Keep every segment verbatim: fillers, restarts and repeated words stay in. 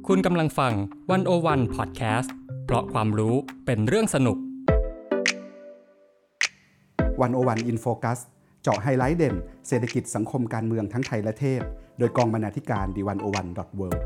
คุณกำลังฟังหนึ่งศูนย์หนึ่ง Podcast เพราะความรู้เป็นเรื่องสนุกหนึ่งศูนย์หนึ่ง In Focus เจาะไฮไลท์เด่นเศรษฐกิจสังคมการเมืองทั้งไทยและเทศโดยกองบรรณาธิการ ดี หนึ่งศูนย์หนึ่ง ดอท เวิลด์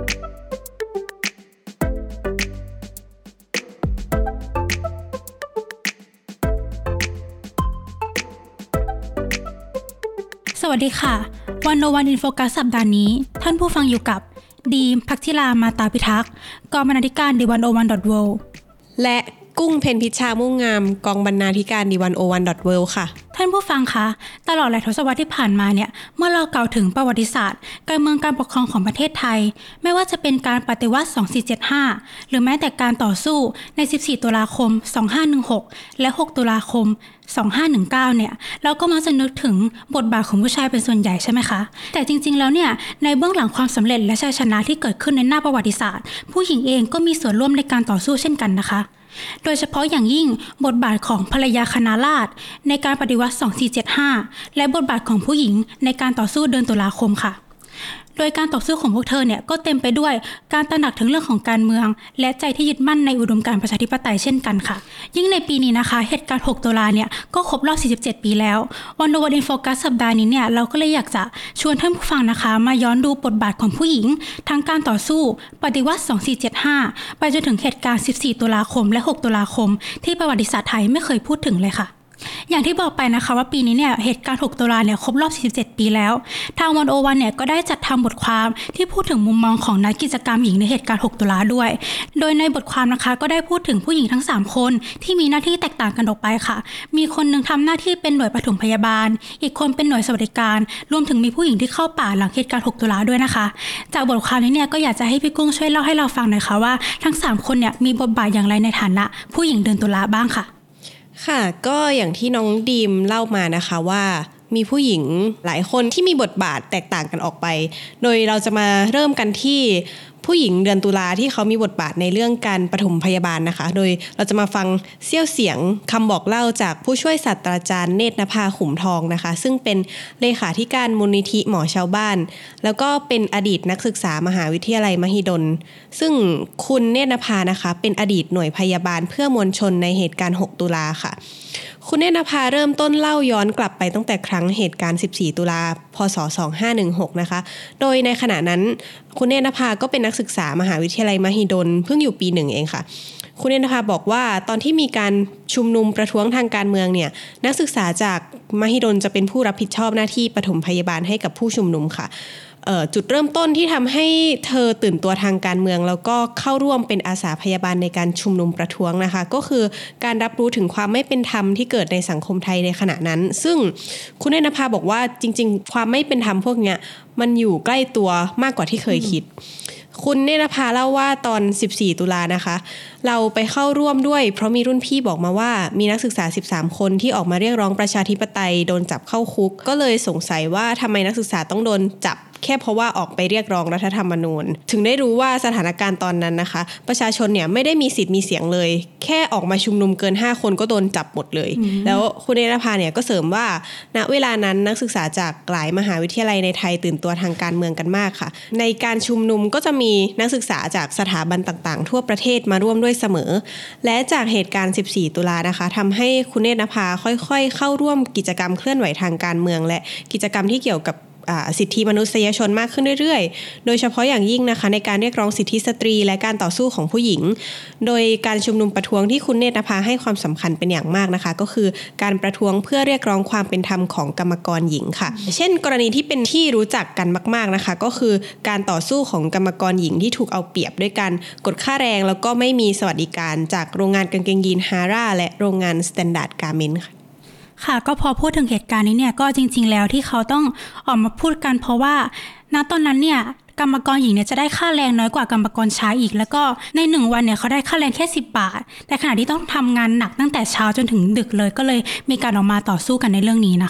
สวัสดีค่ะหนึ่งศูนย์หนึ่ง In Focus สัปดาห์นี้ท่านผู้ฟังอยู่กับดีม ภักทิรามาตาพิทักษ์กองบรรณาธิการ ดี หนึ่งศูนย์หนึ่ง ดอท เวิลด์และกุ้งเพ็ญพิชชามุ่งงามกองบรรณาธิการ ดี หนึ่งศูนย์หนึ่ง ดอท เวิลด์ ค่ะท่านผู้ฟังคะตลอดหลายทศวรรษที่ผ่านมาเนี่ยเมื่อเรากล่าวถึงประวัติศาสตร์การเมืองการปกครองของประเทศไทยไม่ว่าจะเป็นการปฏิวัติสองสี่เจ็ดห้าหรือแม้แต่การต่อสู้ในสิบสี่ตุลาคมสองห้าหนึ่งหกและหกตุลาคมสองห้าหนึ่งเก้าเนี่ยเราก็มักจะนึกถึงบทบาทของผู้ชายเป็นส่วนใหญ่ใช่ไหมคะแต่จริงๆแล้วเนี่ยในเบื้องหลังความสำเร็จและชัยชนะที่เกิดขึ้นในหน้าประวัติศาสตร์ผู้หญิงเองก็มีส่วนร่วมในการต่อสู้เช่นกันนะคะโดยเฉพาะอย่างยิ่งบทบาทของภรรยาคณาราษฎรในการปฏิวัติสองสี่เจ็ดห้าและบทบาทของผู้หญิงในการต่อสู้เดือนตุลาคมค่ะโดยการต่อสู้ของพวกเธอเนี่ยก็เต็มไปด้วยการตระหนักถึงเรื่องของการเมืองและใจที่ยึดมั่นในอุดมการณ์ประชาธิปไตยเช่นกันค่ะยิ่งในปีนี้นะคะเหตุการณ์หกตุลาเนี่ยก็ครบรอบสี่สิบเจ็ดปีแล้ววันโนวันอินโฟกัสสัปดาห์นี้เนี่ยเราก็เลยอยากจะชวนท่านผู้ฟังนะคะมาย้อนดูบทบาทของผู้หญิงทั้งการต่อสู้ปฏิวัติสองสี่เจ็ดห้าไปจนถึงเหตุการณ์สิบสี่ตุลาคมและหกตุลาคมที่ประวัติศาสตร์ไทยไม่เคยพูดถึงเลยค่ะอย่างที่บอกไปนะคะว่าปีนี้เนี่ยเหตุการณ์หกตุลาเนี่ยครบรอบสี่สิบเจ็ดปีแล้วทางหนึ่งศูนย์หนึ่งเนี่ยก็ได้จัดทำบทความที่พูดถึงมุมมองของนักกิจกรรมหญิงในเหตุการณ์หกตุลาด้วยโดยในบทความนะคะก็ได้พูดถึงผู้หญิงทั้งสามคนที่มีหน้าที่แตกต่างกันออกไปค่ะมีคนนึงทำหน้าที่เป็นหน่วยปฐมพยาบาลอีกคนเป็นหน่วยสวัสดิการรวมถึงมีผู้หญิงที่เข้าป่าหลังเหตุการณ์หกตุลาด้วยนะคะจากบทความนี้เนี่ยก็อยากจะให้พี่กุ้งช่วยเล่าให้เราฟังหน่อยค่ะว่าทั้งสามคนเนี่ยมีบทบาทอย่างไรในฐานะผู้หญิงเดือนตุลาบ้างค่ะค่ะก็อย่างที่น้องดีมเล่ามานะคะว่ามีผู้หญิงหลายคนที่มีบทบาทแตกต่างกันออกไปโดยเราจะมาเริ่มกันที่ผู้หญิงเดือนตุลาที่เขามีบทบาทในเรื่องการปฐมพยาบาลนะคะโดยเราจะมาฟังเสี้ยวเสียงคำบอกเล่าจากผู้ช่วยศาสตราจารย์เนตรนภาขุมทองนะคะซึ่งเป็นเลขาธิการมูลนิธิหมอชาวบ้านแล้วก็เป็นอดีตนักศึกษามหาวิทยาลัยมหิดลซึ่งคุณเนตรนภานะคะเป็นอดีตหน่วยพยาบาลเพื่อมวลชนในเหตุการณ์หกตุลาค่ะคุณเนตรนภาเริ่มต้นเล่าย้อนกลับไปตั้งแต่ครั้งเหตุการณ์สิบสี่ตุลาพ.ศ. สองห้าหนึ่งหกนะคะโดยในขณะนั้นคุณเนตรนภาก็เป็นนักศึกษามหาวิทยาลัยมหิดลเพิ่งอยู่ปีหนึ่งเองค่ะคุณเนตรนภาบอกว่าตอนที่มีการชุมนุมประท้วงทางการเมืองเนี่ยนักศึกษาจากมหิดลจะเป็นผู้รับผิดชอบหน้าที่ปฐมพยาบาลให้กับผู้ชุมนุมค่ะจุดเริ่มต้นที่ทำให้เธอตื่นตัวทางการเมืองแล้วก็เข้าร่วมเป็นอาสาพยาบาลในการชุมนุมประท้วงนะคะก็คือการรับรู้ถึงความไม่เป็นธรรมที่เกิดในสังคมไทยในขณะนั้นซึ่งคุณเนตรนภาบอกว่าจริงๆความไม่เป็นธรรมพวกเนี้ยมันอยู่ใกล้ตัวมากกว่าที่เคยคิดคุณเนตรนภาเล่าว่าตอนสิบสี่ตุลานะคะเราไปเข้าร่วมด้วยเพราะมีรุ่นพี่บอกมาว่ามีนักศึกษาสิบสามคนที่ออกมาเรียกร้องประชาธิปไตยโดนจับเข้าคุกก็เลยสงสัยว่าทำไมนักศึกษาต้องโดนจับแค่เพราะว่าออกไปเรียกร้องรัฐธรรมนูญถึงได้รู้ว่าสถานการณ์ตอนนั้นนะคะประชาชนเนี่ยไม่ได้มีสิทธิ์มีเสียงเลยแค่ออกมาชุมนุมเกินห้าคนก็โดนจับหมดเลยแล้วคุณเนตรนภาเนี่ยก็เสริมว่าณเวลานั้นนักศึกษาจากหลายมหาวิทยาลัยในไทยตื่นตัวทางการเมืองกันมากค่ะในการชุมนุมก็จะมีนักศึกษาจากสถาบันต่างๆทั่วประเทศมาร่วมด้วยเสมอและจากเหตุการณ์สิบสี่ตุลานะคะทำให้คุณเนตรนภาค่อยๆเข้าร่วมกิจกรรมเคลื่อนไหวทางการเมืองและกิจกรรมที่เกี่ยวกับสิทธิมนุษยชนมากขึ้นเรื่อยๆโดยเฉพาะอย่างยิ่งนะคะในการเรียกร้องสิทธิสตรีและการต่อสู้ของผู้หญิงโดยการชุมนุมประท้วงที่คุณเนตรนภาให้ความสำคัญเป็นอย่างมากนะคะก็คือการประท้วงเพื่อเรียกร้องความเป็นธรรมของกรรมกรหญิงค่ะเช่นกรณีที่เป็นที่รู้จักกันมากๆนะคะก็คือการต่อสู้ของกรรมกรหญิงที่ถูกเอาเปรียบด้วยการกดค่าแรงแล้วก็ไม่มีสวัสดิการจากโรงงานกางเกงยีนฮาร่าและโรงงานสแตนดาร์ดการ์เมนต์ค่ะค่ะก็พอพูดถึงเหตุการณ์นี้เนี่ยก็จริงๆแล้วที่เขาต้องออกมาพูดกันเพราะว่าณตอนนั้นเนี่ยกรรมกรหญิงเนี่ยจะได้ค่าแรงน้อยกว่ากรรมกรชายอีกแล้วก็ในหนึ่งวันเนี่ยเขาได้ค่าแรงแค่สิบบาทแต่ขณะที่ต้องทำงานหนักตั้งแต่เช้าจนถึงดึกเลยก็เลยมีการออกมาต่อสู้กันในเรื่องนี้นะคะ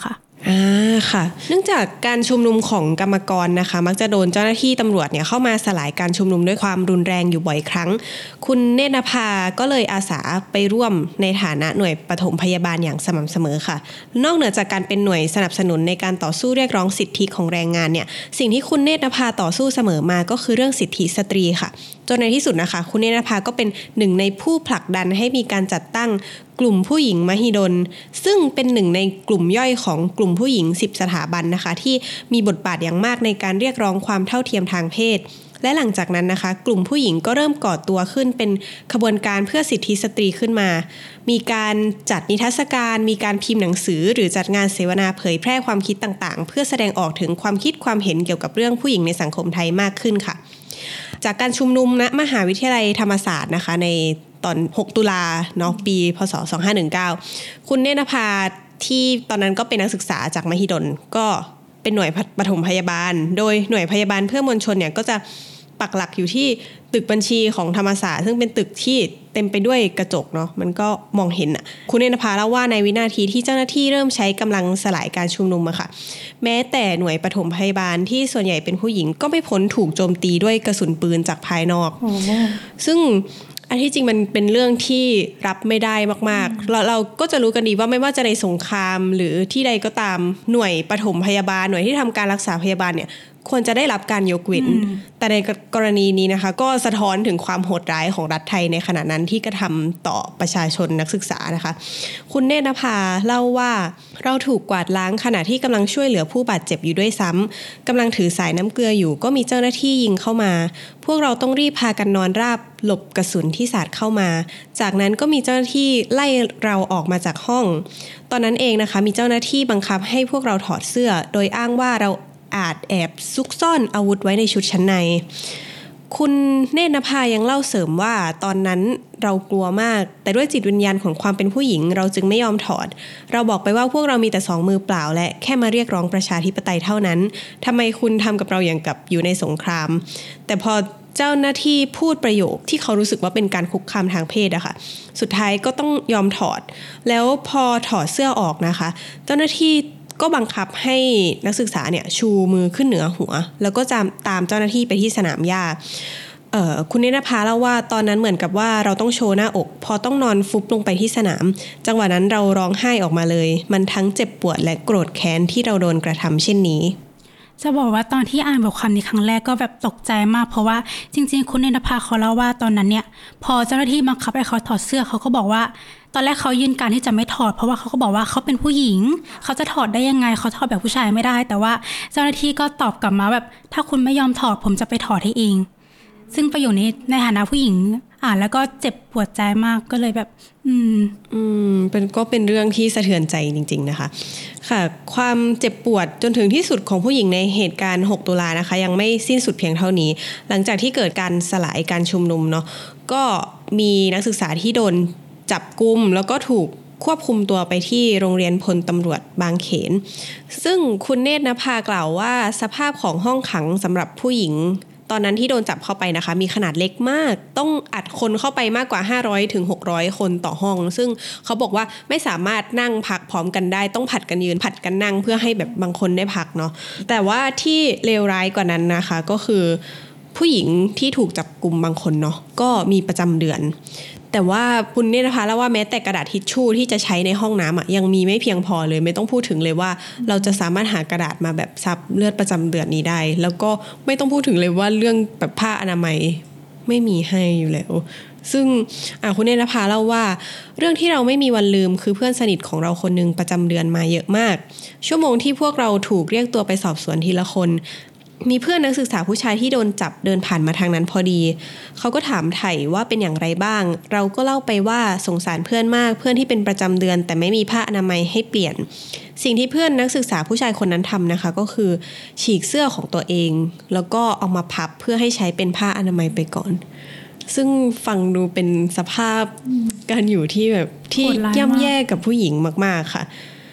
อ่าค่ะเนื่องจากการชุมนุมของกรรมกรนะคะมักจะโดนเจ้าหน้าที่ตำรวจเนี่ยเข้ามาสลายการชุมนุมด้วยความรุนแรงอยู่บ่อยครั้งคุณเนตรนภาก็เลยอาสาไปร่วมในฐานะหน่วยปฐมพยาบาลอย่างสม่ำเสมอค่ะนอกเหนือจากการเป็นหน่วยสนับสนุนในการต่อสู้เรียกร้องสิทธิของแรงงานเนี่ยสิ่งที่คุณเนตรนภาต่อสู้เสมอมาก็คือเรื่องสิทธิสตรีค่ะจนในที่สุดนะคะคุณเนตรนภาก็เป็นหนึ่งในผู้ผลักดันให้มีการจัดตั้งกลุ่มผู้หญิงมหิดลซึ่งเป็นหนึ่งในกลุ่มย่อยของกลุ่มผู้หญิงสิบสถาบันนะคะที่มีบทบาทอย่างมากในการเรียกร้องความเท่าเทียมทางเพศและหลังจากนั้นนะคะกลุ่มผู้หญิงก็เริ่มก่อตัวขึ้นเป็นขบวนการเพื่อสิทธิสตรีขึ้นมามีการจัดนิทรรศการมีการพิมพ์หนังสือหรือจัดงานเสวนาเผยแพร่ความคิดต่างๆเพื่อแสดงออกถึงความคิดความเห็นเกี่ยวกับเรื่องผู้หญิงในสังคมไทยมากขึ้นค่ะจากการชุมนุมณมหาวิทยาลัยธรรมศาสตร์นะคะในตอนหกตุลาเนาะปีพ.ศ. สองพันห้าร้อยสิบเก้าคุณเนตรนภาที่ตอนนั้นก็เป็นนักศึกษาจากมหิดลก็เป็นหน่วยปฐมพยาบาลโดยหน่วยพยาบาลเพื่อมวลชนเนี่ยก็จะปักหลักอยู่ที่ตึกบัญชีของธรรมศาสตร์ซึ่งเป็นตึกที่เต็มไปด้วยกระจกเนาะมันก็มองเห็นอ่ะคุณเนตรนภาเล่าว่าในวินาทีที่เจ้าหน้าที่เริ่มใช้กำลังสลายการชุมนุมอะค่ะแม้แต่หน่วยปฐมพยาบาลที่ส่วนใหญ่เป็นผู้หญิงก็ไม่พ้นถูกโจมตีด้วยกระสุนปืนจากภายนอก oh. ซึ่งอันที่จริงมันเป็นเรื่องที่รับไม่ได้มากๆเราเราก็จะรู้กันดีว่าไม่ว่าจะในสงครามหรือที่ใดก็ตามหน่วยปฐมพยาบาลหน่วยที่ทำการรักษาพยาบาลเนี่ยควรจะได้รับการยกเว้นแต่ในกรณีนี้นะคะก็สะท้อนถึงความโหดร้ายของรัฐไทยในขณะนั้นที่กระทำต่อประชาชนนักศึกษานะคะคุณเนตรนภาเล่าว่าเราถูกกวาดล้างขณะที่กำลังช่วยเหลือผู้บาดเจ็บอยู่ด้วยซ้ำกำลังถือสายน้ำเกลืออยู่ก็มีเจ้าหน้าที่ยิงเข้ามาพวกเราต้องรีบพากันนอนราบหลบกระสุนที่สาดเข้ามาจากนั้นก็มีเจ้าหน้าที่ไล่เราออกมาจากห้องตอนนั้นเองนะคะมีเจ้าหน้าที่บังคับให้พวกเราถอดเสื้อโดยอ้างว่าเราอาจแอบซุกซ่อนอาวุธไว้ในชุดชั้นในคุณเนตรนภายังเล่าเสริมว่าตอนนั้นเรากลัวมากแต่ด้วยจิตวิญญาณของความเป็นผู้หญิงเราจึงไม่ยอมถอดเราบอกไปว่าพวกเรามีแต่สองมือเปล่าและแค่มาเรียกร้องประชาธิปไตยเท่านั้นทำไมคุณทำกับเราอย่างกับอยู่ในสงครามแต่พอเจ้าหน้าที่พูดประโยคที่เขารู้สึกว่าเป็นการคุกคามทางเพศอะค่ะสุดท้ายก็ต้องยอมถอดแล้วพอถอดเสื้อออกนะคะเจ้าหน้าที่ก็บังคับให้นักศึกษาเนี่ยชูมือขึ้นเหนือหัวแล้วก็จะตามเจ้าหน้าที่ไปที่สนามหญ้าเอ่อคุณเนตรนภาเล่าว่าตอนนั้นเหมือนกับว่าเราต้องโชว์หน้าอกพอต้องนอนฟุบลงไปที่สนามจังหวะนั้นเราร้องไห้ออกมาเลยมันทั้งเจ็บปวดและโกรธแค้นที่เราโดนกระทำเช่นนี้จะบอกว่าตอนที่อ่านบทความนี้ครั้งแรกก็แบบตกใจมากเพราะว่าจริงๆคุณเนตรนภาเขาเล่าว่าตอนนั้นเนี่ยพอเจ้าหน้าที่บังคับให้เขาถอดเสื้อเขาก็บอกว่าตอนแรกเขายืนการที่จะไม่ถอดเพราะว่าเขาก็บอกว่าเขาเป็นผู้หญิงเขาจะถอดได้ยังไงเขาถอดแบบผู้ชายไม่ได้แต่ว่าเจ้าหน้าที่ก็ตอบกลับมาแบบถ้าคุณไม่ยอมถอดผมจะไปถอดให้เองซึ่งประโยคนี้ในฐานะผู้หญิงอ่านแล้วก็เจ็บปวดใจมากก็เลยแบบอืมอืมเป็นก็เป็นเรื่องที่สะเทือนใจจริงๆนะคะค่ะความเจ็บปวดจนถึงที่สุดของผู้หญิงในเหตุการณ์หกตุลานะคะยังไม่สิ้นสุดเพียงเท่านี้หลังจากที่เกิดการสลายการชุมนุมเนาะก็มีนักศึกษาที่โดนจับกุมแล้วก็ถูกควบคุมตัวไปที่โรงเรียนพลตำรวจบางเขนซึ่งคุณเนตรนภากล่าวว่าสภาพของห้องขังสำหรับผู้หญิงตอนนั้นที่โดนจับเข้าไปนะคะมีขนาดเล็กมากต้องอัดคนเข้าไปมากกว่าห้าร้อยถึงหกร้อยคนต่อห้องซึ่งเขาบอกว่าไม่สามารถนั่งพักพร้อมกันได้ต้องผัดกันยืนผัดกันนั่งเพื่อให้แบบบางคนได้พักเนาะแต่ว่าที่เลวร้ายกว่านั้นนะคะก็คือผู้หญิงที่ถูกจับกุมบางคนเนาะก็มีประจำเดือนแต่ว่าคุณเนตรนภาแล้วว่าแม้แต่กระดาษทิชชู่ที่จะใช้ในห้องน้ำอ่ะยังมีไม่เพียงพอเลยไม่ต้องพูดถึงเลยว่าเราจะสามารถหากระดาษมาแบบซับเลือดประจำเดือนนี้ได้แล้วก็ไม่ต้องพูดถึงเลยว่าเรื่องแบบผ้าอนามัยไม่มีให้อยู่แล้วซึ่งคุณเนตรนภาเล่าว่าเรื่องที่เราไม่มีวันลืมคือเพื่อนสนิทของเราคนนึงประจำเดือนมาเยอะมากชั่วโมงที่พวกเราถูกเรียกตัวไปสอบสวนทีละคนมีเพื่อนนักศึกษาผู้ชายที่โดนจับเดินผ่านมาทางนั้นพอดีเขาก็ถามไถ่ว่าเป็นอย่างไรบ้างเราก็เล่าไปว่าสงสารเพื่อนมากเพื่อนที่เป็นประจำเดือนแต่ไม่มีผ้าอนามัยให้เปลี่ยนสิ่งที่เพื่อนนักศึกษาผู้ชายคนนั้นทำนะคะก็คือฉีกเสื้อของตัวเองแล้วก็เอามาพับเพื่อให้ใช้เป็นผ้าอนามัยไปก่อนซึ่งฟังดูเป็นสภาพการอยู่ที่แบบที่ย่ำแย่กับผู้หญิงมากๆค่ะ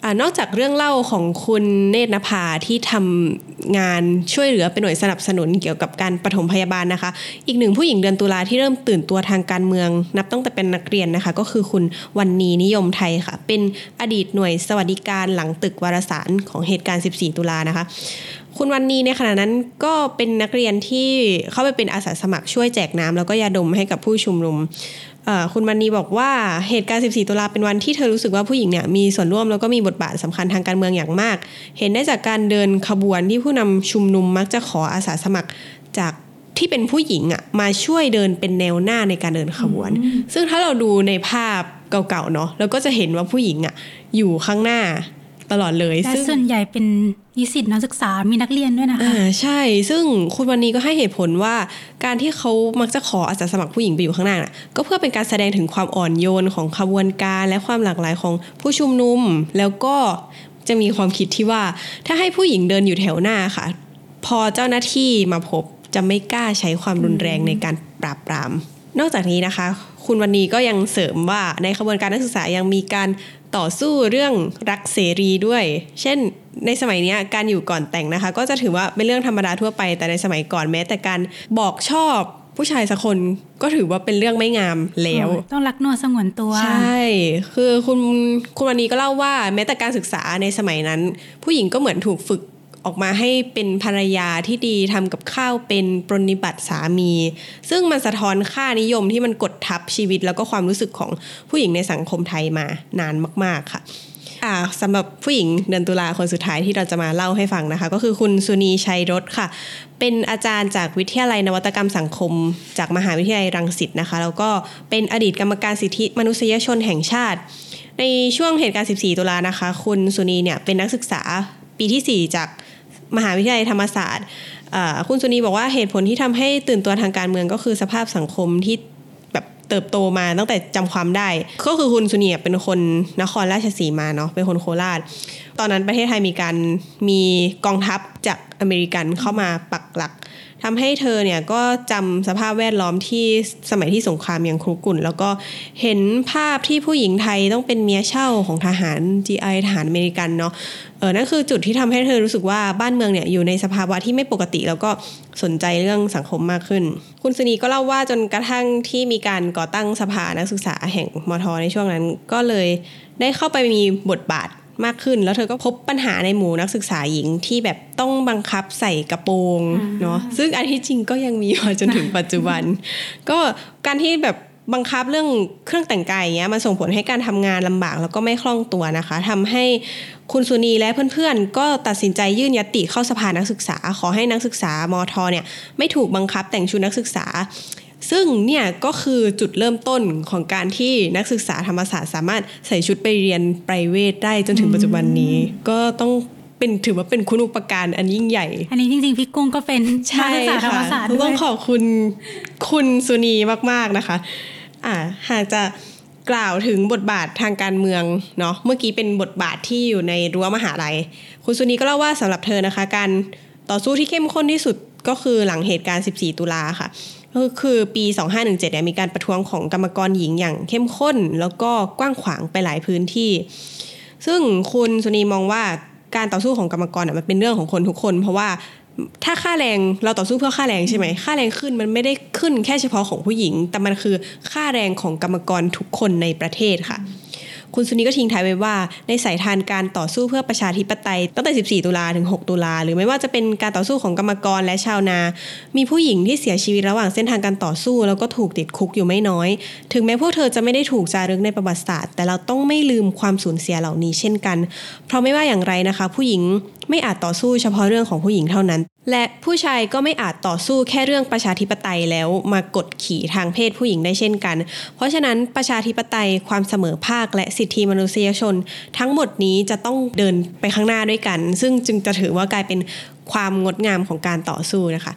อ่านอกจากเรื่องเล่าของคุณเนตรนภาที่ทำงานช่วยเหลือเป็นหน่วยสนับสนุนเกี่ยวกับการปฐมพยาบาลนะคะอีกหนึ่งผู้หญิงเดือนตุลาที่เริ่มตื่นตัวทางการเมืองนับตั้งแต่เป็นนักเรียนนะคะก็คือคุณวรรณีนิยมไทยค่ะเป็นอดีตหน่วยสวัสดิการหลังตึกวารสารของเหตุการณ์สิบสี่ตุลานะคะคุณวรรณีในขณะนั้นก็เป็นนักเรียนที่เข้าไปเป็นอาสาสมัครช่วยแจกน้ำแล้วก็ยาดมให้กับผู้ชุมนุมคุณวรรณีบอกว่าเหตุการณ์สิบสี่ตุลาเป็นวันที่เธอรู้สึกว่าผู้หญิงเนี่ยมีส่วนร่วมแล้วก็มีบทบาทสำคัญทางการเมืองอย่างมากเห็นได้จากการเดินขบวนที่ผู้นำชุมนุมมักจะขออาสาสมัครจากที่เป็นผู้หญิงอ่ะมาช่วยเดินเป็นแนวหน้าในการเดินขบวนซึ่งถ้าเราดูในภาพเก่าๆเนาะเราก็จะเห็นว่าผู้หญิงอ่ะอยู่ข้างหน้าตลอดเลยและส่วนใหญ่เป็นนิสิตนักศึกษามีนักเรียนด้วยนะคะอ่าใช่ซึ่งคุณวรรณีก็ให้เหตุผลว่าการที่เขามักจะขออาสาสมัครผู้หญิงไปอยู่ข้างหน้าน่ะก็เพื่อเป็นการแสดงถึงความอ่อนโยนของขบวนการและความหลากหลายของผู้ชุมนุมแล้วก็จะมีความคิดที่ว่าถ้าให้ผู้หญิงเดินอยู่แถวหน้าค่ะพอเจ้าหน้าที่มาพบจะไม่กล้าใช้ความรุนแรงในการปราบปรามนอกจากนี้นะคะคุณวรรณีก็ยังเสริมว่าในขบวนการนักศึกษายังมีการต่อสู้เรื่องรักเสรีด้วยเช่นในสมัยนี้การอยู่ก่อนแต่งนะคะก็จะถือว่าเป็นเรื่องธรรมดาทั่วไปแต่ในสมัยก่อนแม้แต่การบอกชอบผู้ชายสักคนก็ถือว่าเป็นเรื่องไม่งามแล้วต้องรักนวลสงวนตัวใช่คือคุณคุณวรรณีก็เล่าว่าแม้แต่การศึกษาในสมัยนั้นผู้หญิงก็เหมือนถูกฝึกออกมาให้เป็นภรรยาที่ดีทำกับข้าวเป็นปรนนิบัติสามีซึ่งมันสะท้อนค่านิยมที่มันกดทับชีวิตแล้วก็ความรู้สึกของผู้หญิงในสังคมไทยมานานมากๆค่ะอ่าสำหรับผู้หญิงเดือนตุลาคนสุดท้ายที่เราจะมาเล่าให้ฟังนะคะก็คือคุณสุนีชัยรสค่ะเป็นอาจารย์จากวิทยาลัยนวัตกรรมสังคมจากมหาวิทยาลัยรังสิตนะคะแล้วก็เป็นอดีตกรรมการสิทธิมนุษยชนแห่งชาติในช่วงเหตุการณ์สิบสี่ตุลานะคะคุณสุนีเนี่ยเป็นนักศึกษาปีที่สี่จากมหาวิทยาลัยธรรมศาสตร์คุณสุนีบอกว่าเหตุผลที่ทำให้ตื่นตัวทางการเมืองก็คือสภาพสังคมที่แบบเติบโตมาตั้งแต่จำความได้ก็คือคุณสุนีเป็นคนนครราชสีมาเนาะเป็นคนโคราชตอนนั้นประเทศไทยมีการมีกองทัพจากอเมริกันเข้ามาปักหลักทำให้เธอเนี่ยก็จำสภาพแวดล้อมที่สมัยที่สงครามยังครุกรุ่นแล้วก็เห็นภาพที่ผู้หญิงไทยต้องเป็นเมียเช่าของทหาร จี ไอ ทหารอเมริกันเนาะเออนั่นคือจุดที่ทำให้เธอรู้สึกว่าบ้านเมืองเนี่ยอยู่ในสภาวะที่ไม่ปกติแล้วก็สนใจเรื่องสังคมมากขึ้นคุณสุนีก็เล่าว่าจนกระทั่งที่มีการก่อตั้งสภานักศึกษาแห่งมท.ในช่วงนั้นก็เลยได้เข้าไปมีบทบาทมากขึ้นแล้วเธอก็พบปัญหาในหมู่นักศึกษาหญิงที่แบบต้องบังคับใส่กระโปรงเนาะซึ่งอันที่จริงก็ยังมีมาจนถึงปัจจุบันก็การที่แบบบังคับเรื่องเครื่องแต่งกายอย่างเงี้ยมันส่งผลให้การทำงานลำบากแล้วก็ไม่คล่องตัวนะคะทำให้คุณสุนีและเพื่อนๆก็ตัดสินใจยื่นญัตติเข้าสภานักศึกษาขอให้นักศึกษามท.เนี่ยไม่ถูกบังคับแต่งชุดนักศึกษาซึ่งเนี่ยก็คือจุดเริ่มต้นของการที่นักศึกษาธรรมศาสตร์สามารถใส่ชุดไปเรียนไพรเวทได้จนถึงปัจจุบันนี้ก็ต้องเป็นถือว่าเป็นคุณูปการอันยิ่งใหญ่อันนี้จริงๆพี่กุ้งก็เป็นนักศึกษาธรรมศาสตร์ด้วยต้องขอบคุณคุณสุนีมากๆนะคะอ่าหากจะกล่าวถึงบทบาททางการเมืองเนาะเมื่อกี้เป็นบทบาทที่อยู่ในรั้วมหาลัยคุณสุนีก็เล่าว่าสำหรับเธอนะคะการต่อสู้ที่เข้มข้นที่สุดก็คือหลังเหตุการณ์สิบสี่ตุลาค่ะก็คือปีสองพันห้าร้อยสิบเจ็ดเนี่ยมีการประท้วงของกรรมกรหญิงอย่างเข้มข้นแล้วก็กว้างขวางไปหลายพื้นที่ซึ่งคุณสุนีมองว่าการต่อสู้ของกรรมกรมันเป็นเรื่องของคนทุกคนเพราะว่าถ้าค่าแรงเราต่อสู้เพื่อค่าแรงใช่ไหมค่าแรงขึ้นมันไม่ได้ขึ้นแค่เฉพาะของผู้หญิงแต่มันคือค่าแรงของกรรมกรทุกคนในประเทศค่ะคุณสุนีก็ทิ้งท้ายไว้ว่าในสายทานการต่อสู้เพื่อประชาธิปไตยตั้งแต่สิบสี่ตุลาถึงหกตุลาหรือไม่ว่าจะเป็นการต่อสู้ของกรรมกรและชาวนามีผู้หญิงที่เสียชีวิตระหว่างเส้นทางการต่อสู้แล้วก็ถูกติดคุกอยู่ไม่น้อยถึงแม้พวกเธอจะไม่ได้ถูกจารึกในประวัติศาสตร์แต่เราต้องไม่ลืมความสูญเสียเหล่านี้เช่นกันเพราะไม่ว่าอย่างไรนะคะผู้หญิงไม่อาจต่อสู้เฉพาะเรื่องของผู้หญิงเท่านั้นและผู้ชายก็ไม่อาจต่อสู้แค่เรื่องประชาธิปไตยแล้วมากดขี่ทางเพศผู้หญิงได้เช่นกันเพราะฉะนั้นประชาธิปไตยความเสมอภาคและสิทธิมนุษยชนทั้งหมดนี้จะต้องเดินไปข้างหน้าด้วยกันซึ่งจึงจะถือว่ากลายเป็นความงดงามของการต่อสู้นะคะ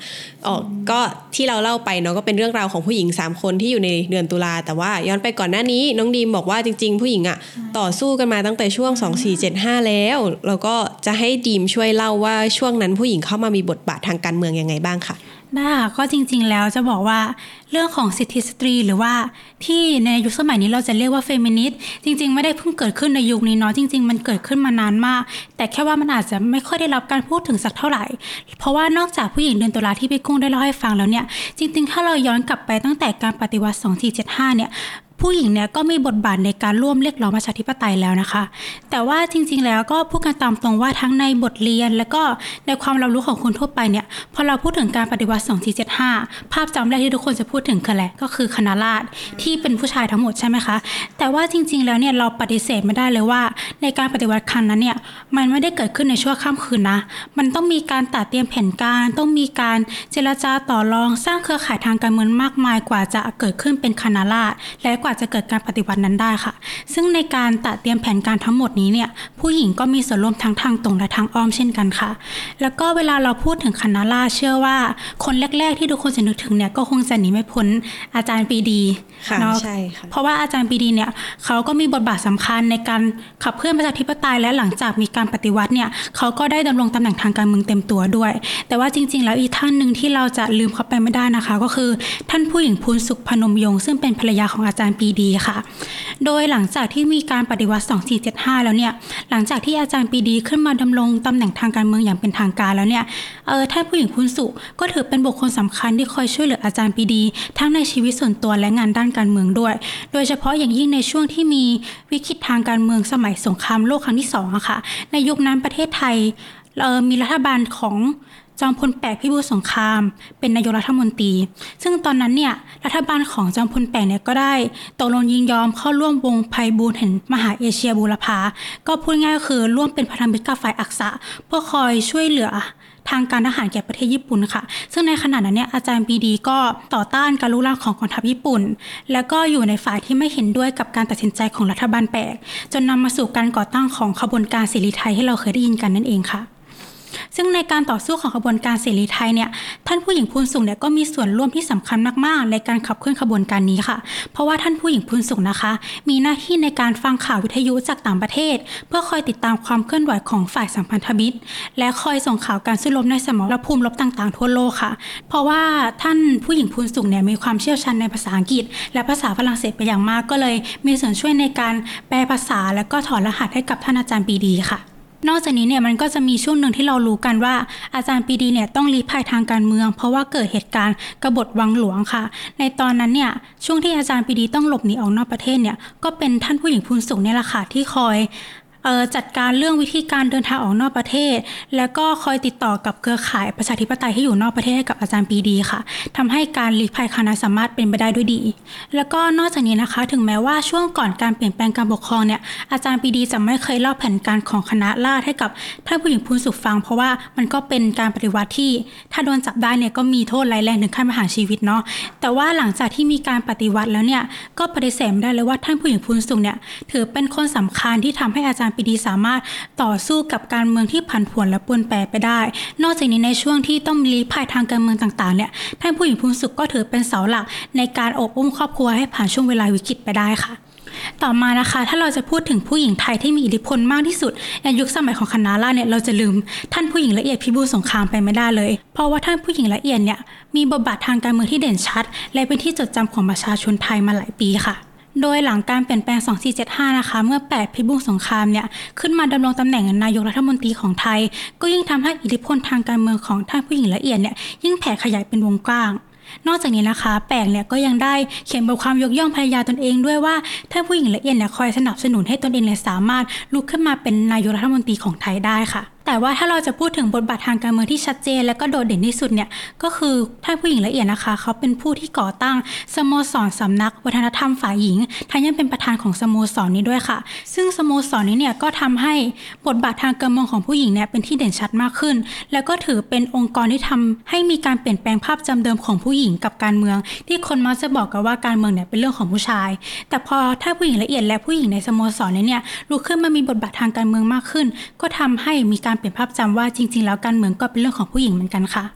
อ๋อก็ที่เราเล่าไปเนาะก็เป็นเรื่องราวของผู้หญิงสามคนที่อยู่ในเดือนตุลาแต่ว่าย้อนไปก่อนหน้านี้น้องดีมบอกว่าจริงๆผู้หญิงอะต่อสู้กันมาตั้งแต่ช่วงสองสี่เจ็ดห้าแล้วแล้วก็จะให้ดีมช่วยเล่าว่าช่วงนั้นผู้หญิงเข้ามามีบทบาททางการเมืองยังไงบ้างค่ะได้ค่ะก็จริงๆแล้วจะบอกว่าเรื่องของสิทธิสตรีหรือว่าที่ในยุคสมัยนี้เราจะเรียกว่าเฟมินิสต์จริงๆไม่ได้เพิ่งเกิดขึ้นในยุคนี้เนาะจริงๆมันเกิดขึ้นมานานมากแต่แค่ว่ามันอาจจะไม่ค่อยได้รับการพูดถึงสักเท่าไหร่เพราะว่านอกจากผู้หญิงเดือนตุลาที่พี่กุ้งได้เล่าให้ฟังแล้วเนี่ยจริงๆถ้าเราย้อนกลับไปตั้งแต่การปฏิวัติสองสี่เจ็ดห้าเนี่ยผู้หญิงเนี่ยก็มีบทบาทในการร่วมเรียกร้องประชาธิปไตยแล้วนะคะแต่ว่าจริงๆแล้วก็พูดกันตามตรงว่าทั้งในบทเรียนและก็ในความรับรู้ของคนทั่วไปเนี่ยพอเราพูดถึงการปฏิวัติสองสี่เจ็ดห้าภาพจำแรกที่ทุกคนจะพูดถึงคืออะไรก็คือคณะราษฎรที่เป็นผู้ชายทั้งหมดใช่ไหมคะแต่ว่าจริงๆแล้วเนี่ยเราปฏิเสธไม่ได้เลยว่าในการปฏิวัติครั้งนั้นเนี่ยมันไม่ได้เกิดขึ้นในชั่วข้ามคืนนะมันต้องมีการตัดเตรียมแผนการต้องมีการเจรจาต่อรองสร้างเครือข่ายทางการเมืองมากมายกว่าจะเกิดขึ้นเป็นคณะราษฎรและกว่าจะเกิดการปฏิวัตินั้นได้ค่ะซึ่งในการตัดเตรียมแผนการทั้งหมดนี้เนี่ยผู้หญิงก็มีส่วนร่วมทั้งทางตรงและทางอ้อมเช่นกันค่ะแล้วก็เวลาเราพูดถึงคณะราษฎรเชื่อว่าคนแรกๆที่ทุกคนจะนึกถึงเนี่ยก็คงจะหนีไม่พ้นอาจารย์ปรีดีเนาะใช่ค่ะเพราะว่าอาจารย์ปรีดีเนี่ยเขาก็มีบทบาทสำคัญในการขับเคลื่อนประชาธิปไตยและหลังจากมีการปฏิวัติเนี่ยเขาก็ได้ดำรงตำแหน่งทางการเมืองเต็มตัวด้วยแต่ว่าจริงๆแล้วอีกท่านหนึ่งที่เราจะลืมเขาไปไม่ได้นะคะก็คือท่านผู้หญิงพูนสุขพนมยงค์ซึ่งเป็นภรรยาของอาจารย์ปรีดีค่ะโดยหลังจากที่มีการปฏิวัติสองสี่เจ็ดห้าแล้วเนี่ยหลังจากที่อาจารย์ปรีดีขึ้นมาดำรงตำแหน่งทางการเมืองอย่างเป็นทางการแล้วเนี่ยเออท่านผู้หญิงพูนสุขก็ถือเป็นบุคคลสำคัญที่คอยช่วยเหลืออาจารย์ปรีดีทั้งในชีวิตส่วนตัวและงานด้านการเมืองด้วยโดยเฉพาะอย่างยิ่งในช่วงที่มีวิกฤตทางการเมืองสมัยสงครามโลกครั้งที่สองอะค่ะในยุคนั้นประเทศไทยเออมีรัฐบาลของจอมพลแปกพิบูลสงครามเป็นนายกรัฐมนตรีซึ่งตอนนั้นเนี่ยรัฐบาลของจอมพลแปกเนี่ยก็ได้ตกลงยินยอมเข้าร่วมวงไพบูลย์แห่งมหาเอเชียบูรพาก็พูดง่ายก็คือร่วมเป็นพันธมิตรกับฝ่ายอักษะเพื่อคอยช่วยเหลือทางการทหารแก่ประเทศญี่ปุ่นค่ะซึ่งในขณะนั้นเนี่ยอาจารย์ปรีดีก็ต่อต้านการลุกลามของกองทัพญี่ปุ่นแล้วก็อยู่ในฝ่ายที่ไม่เห็นด้วยกับการตัดสินใจของรัฐบาลแปกจนนำมาสู่การก่อตั้งของขบวนการเสรีไทยที่เราเคยได้ยินกันนั่นเองค่ะซึ่งในการต่อสู้ของขบวนการเสรีไทยเนี่ยท่านผู้หญิงพูนสุขเนี่ยก็มีส่วนร่วมที่สำคัญมากๆในการขับเคลื่อนขบวนการนี้ค่ะเพราะว่าท่านผู้หญิงพูนสุขนะคะมีหน้าที่ในการฟังข่าววิทยุจากต่างประเทศเพื่อคอยติดตามความเคลื่อนไหวของฝ่ายสัมพันธมิตรและคอยส่งข่าวการสู้รบในสมรภูมิรบต่างๆทั่วโลกค่ะเพราะว่าท่านผู้หญิงพูนสุขเนี่ยมีความเชี่ยวชาญในภาษาอังกฤษและภาษาฝรั่งเศสเป็นอย่างมากก็เลยมีส่วนช่วยในการแปลภาษาและก็ถอดรหัสให้กับท่านอาจารย์ปรีดีค่ะนอกจากนี้เนี่ยมันก็จะมีช่วงหนึ่งที่เรารู้กันว่าอาจารย์ปรีดีเนี่ยต้องลี้ภัยทางการเมืองเพราะว่าเกิดเหตุการณ์กบฏวังหลวงค่ะในตอนนั้นเนี่ยช่วงที่อาจารย์ปรีดีต้องหลบหนีออกนอกประเทศเนี่ยก็เป็นท่านผู้หญิงพูนสุขเนี่ยแหละค่ะที่คอยเอ่อจัดการเรื่องวิธีการเดินทางออกนอกประเทศแล้วก็คอยติดต่อกับเครือข่ายประชาธิปไตยที่อยู่นอกประเทศให้กับอาจารย์ปรีดีค่ะทำให้การลี้ภัยคณะสามารถเป็นไปได้ด้วยดีแล้วก็นอกจากนี้นะคะถึงแม้ว่าช่วงก่อนการเปลี่ยนแปลงการปกครองเนี่ยอาจารย์ปรีดีจะไม่เคยเล่าแผนการของคณะราษฎรให้กับท่านผู้หญิงพูนสุขฟังเพราะว่ามันก็เป็นการปฏิวัติที่ถ้าโดนจับได้เนี่ยก็มีโทษร้ายแรงถึงขั้นประหารชีวิตเนาะแต่ว่าหลังจากที่มีการปฏิวัติแล้วเนี่ยก็ปฏิเสธไม่ได้เลยว่าท่านผู้หญิงพูนสุขเนี่ยถือเป็นคนสำคัญที่ทำให้อาจารย์ปรีดีสามารถต่อสู้กับการเมืองที่ผันผวนและปนแปรไปได้นอกจากนี้ในช่วงที่ต้องลี้ภัยทางการเมืองต่างๆเนี่ยท่านผู้หญิงพูนสุขก็ถือเป็นเสาหลักในการอบอุ้มครอบครัวให้ผ่านช่วงเวลาวิกฤตไปได้ค่ะต่อมานะคะถ้าเราจะพูดถึงผู้หญิงไทยที่มีอิทธิพลมากที่สุดในยุคสมัยของคณะราษฎรเนี่ยเราจะลืมท่านผู้หญิงละเอียดพิบูลสงครามไปไม่ได้เลยเพราะว่าท่านผู้หญิงละเอียดเนี่ยมีบทบาททางการเมืองที่เด่นชัดและเป็นที่จดจำของประชาชนไทยมาหลายปีค่ะโดยหลังการเปลี่ยนแปลงสองสี่เจ็ดห้านะคะเมื่อแปดพิบูลสงครามเนี่ยขึ้นมาดำรงตำแหน่งนายกรัฐมนตรีของไทยก็ยิ่งทำให้อิทธิพลทางการเมืองของท่านผู้หญิงละเอียดเนี่ยยิ่งแผ่ขยายเป็นวงกว้างนอกจากนี้นะคะแปลกเนี่ยก็ยังได้เขียนบทความยกย่องภรรยาตนเองด้วยว่าท่านผู้หญิงละเอียดเนี่ยคอยสนับสนุนให้ตนเองเนี่ยสามารถลุกขึ้นมาเป็นนายกรัฐมนตรีของไทยได้ค่ะแต่ว่าถ้าเราจะพูดถึงบทบาททางการเมืองที่ชัดเจนและก็โดดเด่นที่สุดเนี่ยก็คือท่านผู้หญิงละเอียดนะคะเขาเป็นผู้ที่ก่อตั้งสโมสรสำนักวัฒนธรรมฝ่ายหญิงทั้งยังเป็นประธานของสโมสรนี้ด้วยค่ะซึ่งสโมสรนี้เนี่ยก็ทำให้บทบาททางการเมืองของผู้หญิงเนี่ยเป็นที่เด่นชัดมากขึ้นแล้วก็ถือเป็นองค์กรที่ทำให้มีการเปลี่ยนแปลงภาพจำเดิมของผู้หญิงกับการเมืองที่คนมักจะบอกกันว่าการเมืองเนี่ยเป็นเรื่องของผู้ชายแต่พอท่านผู้หญิงละเอียดและผู้หญิงในสโมสรนี้เนี่ยลุกขึ้นมามีบทบาททางการเมืองมากขึ้นก็ทำให้มีการเปลี่ยนภาพจำว่าจริงๆแล้วการเมืองก็เป็นเรื่องของผู้หญิงเหมือนกันค่ะ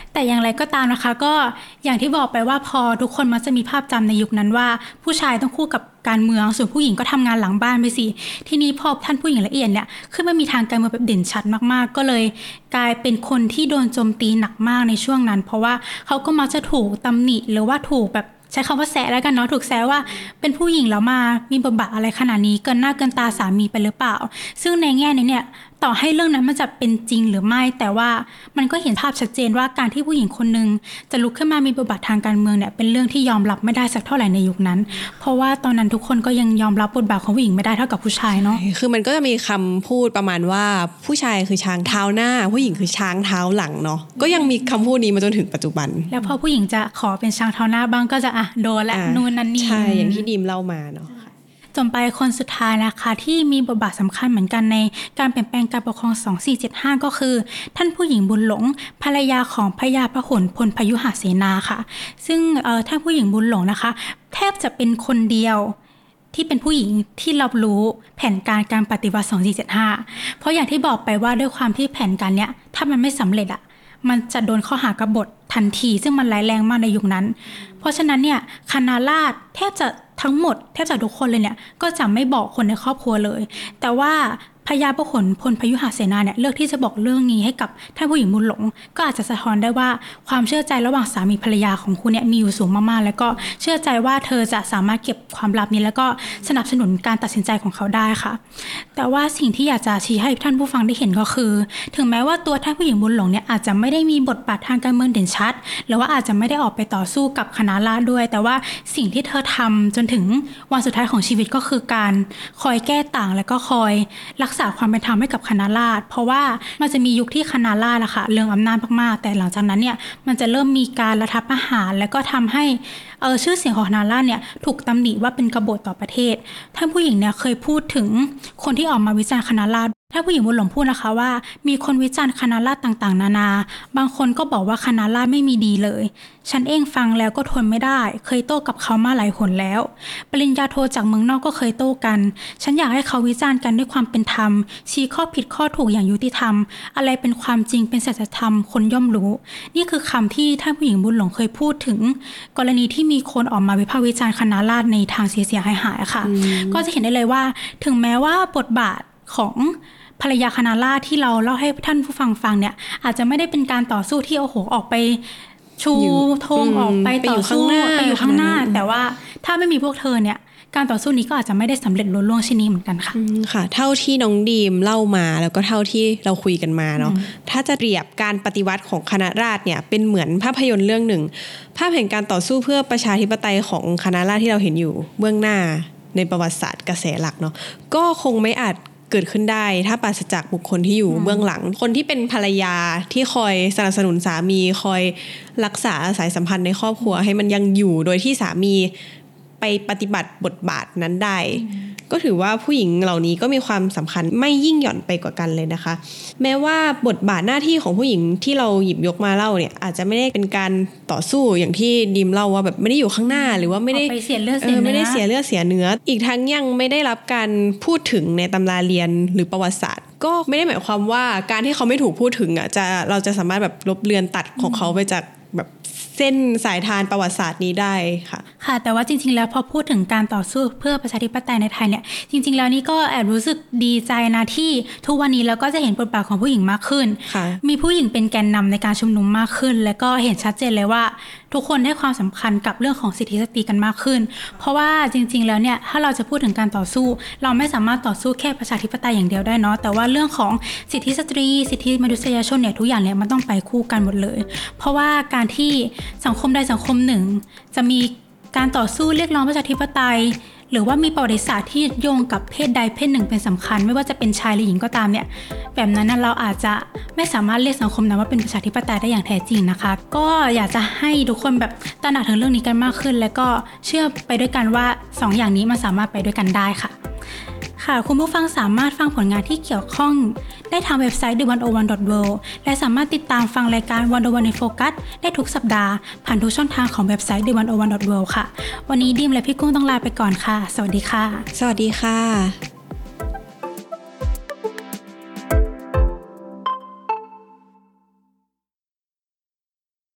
แต่อย่างไรก็ตามนะคะก็อย่างที่บอกไปว่าพอทุกคนมักจะมีภาพจำในยุคนั้นว่าผู้ชายต้องคู่กับการเมืองส่วนผู้หญิงก็ทำงานหลังบ้านไปสิทีนี้พอท่านผู้หญิงละเอียดเนี่ยขึ้นมามีทางการเมืองแบบเด่นชัดมากๆก็เลยกลายเป็นคนที่โดนโจมตีหนักมากในช่วงนั้นเพราะว่าเขาก็มักจะถูกตำหนิหรือว่าถูกแบบใช้คำว่าแซะแล้วกันเนาะถูกแซะว่าเป็นผู้หญิงแล้วมามีบทบาทอะไรขนาดนี้เกินหน้าเกินตาสามีไปหรือเปล่าซึ่งในแง่นี้เนี่ยต่อให้เรื่องนั้นมันจะเป็นจริงหรือไม่แต่ว่ามันก็เห็นภาพชัดเจนว่าการที่ผู้หญิงคนนึงจะลุกขึ้นมามีบทบาททางการเมืองเนี่ยเป็นเรื่องที่ยอมรับไม่ได้สักเท่าไหร่ในยุคนั้นเพราะว่าตอนนั้นทุกคนก็ยังยอมรับบทบาทของผู้หญิงไม่ได้เท่ากับผู้ชายเนาะคือมันก็จะมีคำพูดประมาณว่าผู้ชายคือช้างเท้าหน้าผู้หญิงคือช้างเท้าหลังเนาะก็ยังมีคำพูดนี้มาจนถึงปัจจุบันแล้วพอผู้หญิงจะขอเป็นช้างเท้าหน้าบ้างก็จะอ่ะโดนและนู่นนั่นนี่ใช่อย่างที่ดีมเล่ามาเนาะจนไปคนสุดท้ายนะคะที่มีบทบาทสำคัญเหมือนกันในการเปลี่ยนแปลงการปกครองสองสี่เจ็ดห้าก็คือท่านผู้หญิงบุญหลงภรรยาของพระยาพหลพลพยุหเสนาค่ะซึ่งเอ่อท่านผู้หญิงบุญหลงนะคะแทบจะเป็นคนเดียวที่เป็นผู้หญิงที่รับรู้แผนการการปฏิวัติสองสี่เจ็ดห้าเพราะอย่างที่บอกไปว่าด้วยความที่แผนการเนี้ยถ้ามันไม่สำเร็จอ่ะมันจะโดนข้อหากบฏทันทีซึ่งมันร้ายแรงมากในยุคนั้นเพราะฉะนั้นเนี่ยคณะราษฎรแทบจะทั้งหมดแทบจะทุกคนเลยเนี่ยก็จะไม่บอกคนในครอบครัวเลยแต่ว่าพญาพหลพลพยุหเสนาเนี่ยเลือกที่จะบอกเรื่องนี้ให้กับท่านผู้หญิงบุญหลงก็อาจจะสะท้อนได้ว่าความเชื่อใจระหว่างสามีภรรยาของคุณเนี่ยมีอยู่สูงมากๆแล้วก็เชื่อใจว่าเธอจะสามารถเก็บความลับนี้แล้วก็สนับสนุนการตัดสินใจของเขาได้ค่ะแต่ว่าสิ่งที่อยากจะชี้ให้ท่านผู้ฟังได้เห็นก็คือถึงแม้ว่าตัวท่านผู้หญิงบุญหลงเนี่ยอาจจะไม่ได้มีบทบาททางการเมืองเด่นชัดหรือว่าอาจจะไม่ได้ออกไปต่อสู้กับคณะราษฎรด้วยแต่ว่าสิ่งที่เธอทำจนถึงวันสุดท้ายของชีวิตก็คือการคอยแก้ต่างและก็คอยรักษาความเป็นธรรมให้กับคณะราษฎรเพราะว่ามันจะมียุคที่คณะราษฎรอะค่ะเรื่องอำนาจมากๆแต่หลังจากนั้นเนี่ยมันจะเริ่มมีการรัฐประหารแล้วก็ทำให้เออชื่อเสียงของคณะราษฎรเนี่ยถูกตำหนิว่าเป็นกบฏต่อประเทศท่านผู้หญิงเนี่ยเคยพูดถึงคนที่ออกมาวิจารณ์คณะราษฎรท่านผู้หญิงบุญหลงพูดนะคะว่ามีคนวิจารณ์คณะราษฎรต่างๆนานาบางคนก็บอกว่าคณะราษฎรไม่มีดีเลยฉันเองฟังแล้วก็ทนไม่ได้เคยโต้กับเขามาหลายหนแล้วปริญญาโทจากเมืองนอกก็เคยโต้กันฉันอยากให้เขาวิจารณ์กันด้วยความเป็นธรรมชี้ข้อผิดข้อถูกอย่างยุติธรรมอะไรเป็นความจริงเป็นสัจธรรมคนย่อมรู้นี่คือคำที่ท่านผู้หญิงบุญหลงเคยพูดถึงกรณีที่มีคนออกมาวิพากษ์วิจารณ์คณะราษฎรในทางเสียหายๆค่ะก็จะเห็นได้เลยว่าถึงแม้ว่าบทบาทของภรรยาคณะราษฎรที่เราเล่าให้ท่านผู้ฟังฟังเนี่ยอาจจะไม่ได้เป็นการต่อสู้ที่โอ้โหออกไปชูธงออกไปต่อสู้ไปอยู่ข้างหน้าแต่ว่าถ้าไม่มีพวกเธอเนี่ยการต่อสู้นี้ก็อาจจะไม่ได้สำเร็จลุล่วงเช่นนี้เหมือนกันค่ะค่ะเท่าที่น้องดีมเล่ามาแล้วก็เท่าที่เราคุยกันมาเนาะถ้าจะเปรียบการปฏิวัติของคณะราษฎรเนี่ยเป็นเหมือนภาพยนตร์เรื่องหนึ่งภาพแห่งการต่อสู้เพื่อประชาธิปไตยของคณะราษฎรที่เราเห็นอยู่เบื้องหน้าในประวัติศาสตร์กระแสหลักเนาะก็คงไม่อาจเกิดขึ้นได้ถ้าปราศจากบุคคลที่อยู่เบื้องหลังคนที่เป็นภรรยาที่คอยสนับสนุนสามีคอยรักษาสายสัมพันธ์ในครอบครัวให้มันยังอยู่โดยที่สามีไปปฏิบัติบทบาทนั้นได้ก็ถือว่าผู้หญิงเหล่านี้ก็มีความสำคัญไม่ยิ่งหย่อนไปกว่ากันเลยนะคะแม้ว่าบทบาทหน้าที่ของผู้หญิงที่เราหยิบยกมาเล่าเนี่ยอาจจะไม่ได้เป็นการต่อสู้อย่างที่ดิมเล่าว่าแบบไม่ได้อยู่ข้างหน้าหรือว่าไม่ได้เสียเลือดเสียเนื้อไม่ได้เสียเลือดเสียเนื้ออีกทั้งยังไม่ได้รับการพูดถึงในตำราเรียนหรือประวัติศาสตร์ก็ไม่ได้หมายความว่าการที่เขาไม่ถูกพูดถึงอ่ะจะเราจะสามารถแบบลบเลือนตัดของเขาไปจากแบบเส้นสายทานประวัติศาสตร์นี้ได้ค่ะค่ะแต่ว่าจริงๆแล้วพอพูดถึงการต่อสู้เพื่อประชาธิปไตยในไทยเนี่ยจริงๆแล้วนี่ก็แอบรู้สึกดีใจนะที่ทุกวันนี้เราก็จะเห็นบทบาทของผู้หญิงมากขึ้นมีผู้หญิงเป็นแกนนำในการชุมนุมมากขึ้นและก็เห็นชัดเจนเลยว่าทุกคนให้ความสำคัญกับเรื่องของสิทธิสตรีกันมากขึ้นเพราะว่าจริงๆแล้วเนี่ยถ้าเราจะพูดถึงการต่อสู้เราไม่สามารถต่อสู้แค่ประชาธิปไตยอย่างเดียวได้เนาะแต่ว่าเรื่องของสิทธิสตรีสิทธิมนุษยชนเนี่ยทุกอย่างเนี่ยมันต้องไปคู่กันหมดเลยเพราะว่าการที่สังคมใดสังคมหนึ่งจะมีการต่อสู้เรียกร้องประชาธิปไตยหรือว่ามีประวัติศาสตร์ที่โยงกับเพศใดเพศหนึ่งเป็นสำคัญไม่ว่าจะเป็นชายหรือหญิงก็ตามเนี่ยแบบนั้นเราอาจจะไม่สามารถเรียกสังคมนั้นว่าเป็นประชาธิปไตยได้อย่างแท้จริงนะคะก็อยากจะให้ทุกคนแบบตระหนักถึงเรื่องนี้กันมากขึ้นและก็เชื่อไปด้วยกันว่าสองอย่างนี้มันสามารถไปด้วยกันได้ค่ะค่ะคุณผู้ฟังสามารถฟังผลงานที่เกี่ยวข้องได้ทางเว็บไซต์ เดอะ วัน โอ วัน ดอท เวิลด์ และสามารถติดตามฟังรายการ วัน โอ วัน ในโฟกัสได้ทุกสัปดาห์ผ่านทุกช่องทางของเว็บไซต์ เดอะ วัน โอ วัน ดอท เวิลด์ ค่ะวันนี้ดิมและพี่กุ้งต้องลาไปก่อนค่ะสวัสดีค่ะสวัสดีค่ะ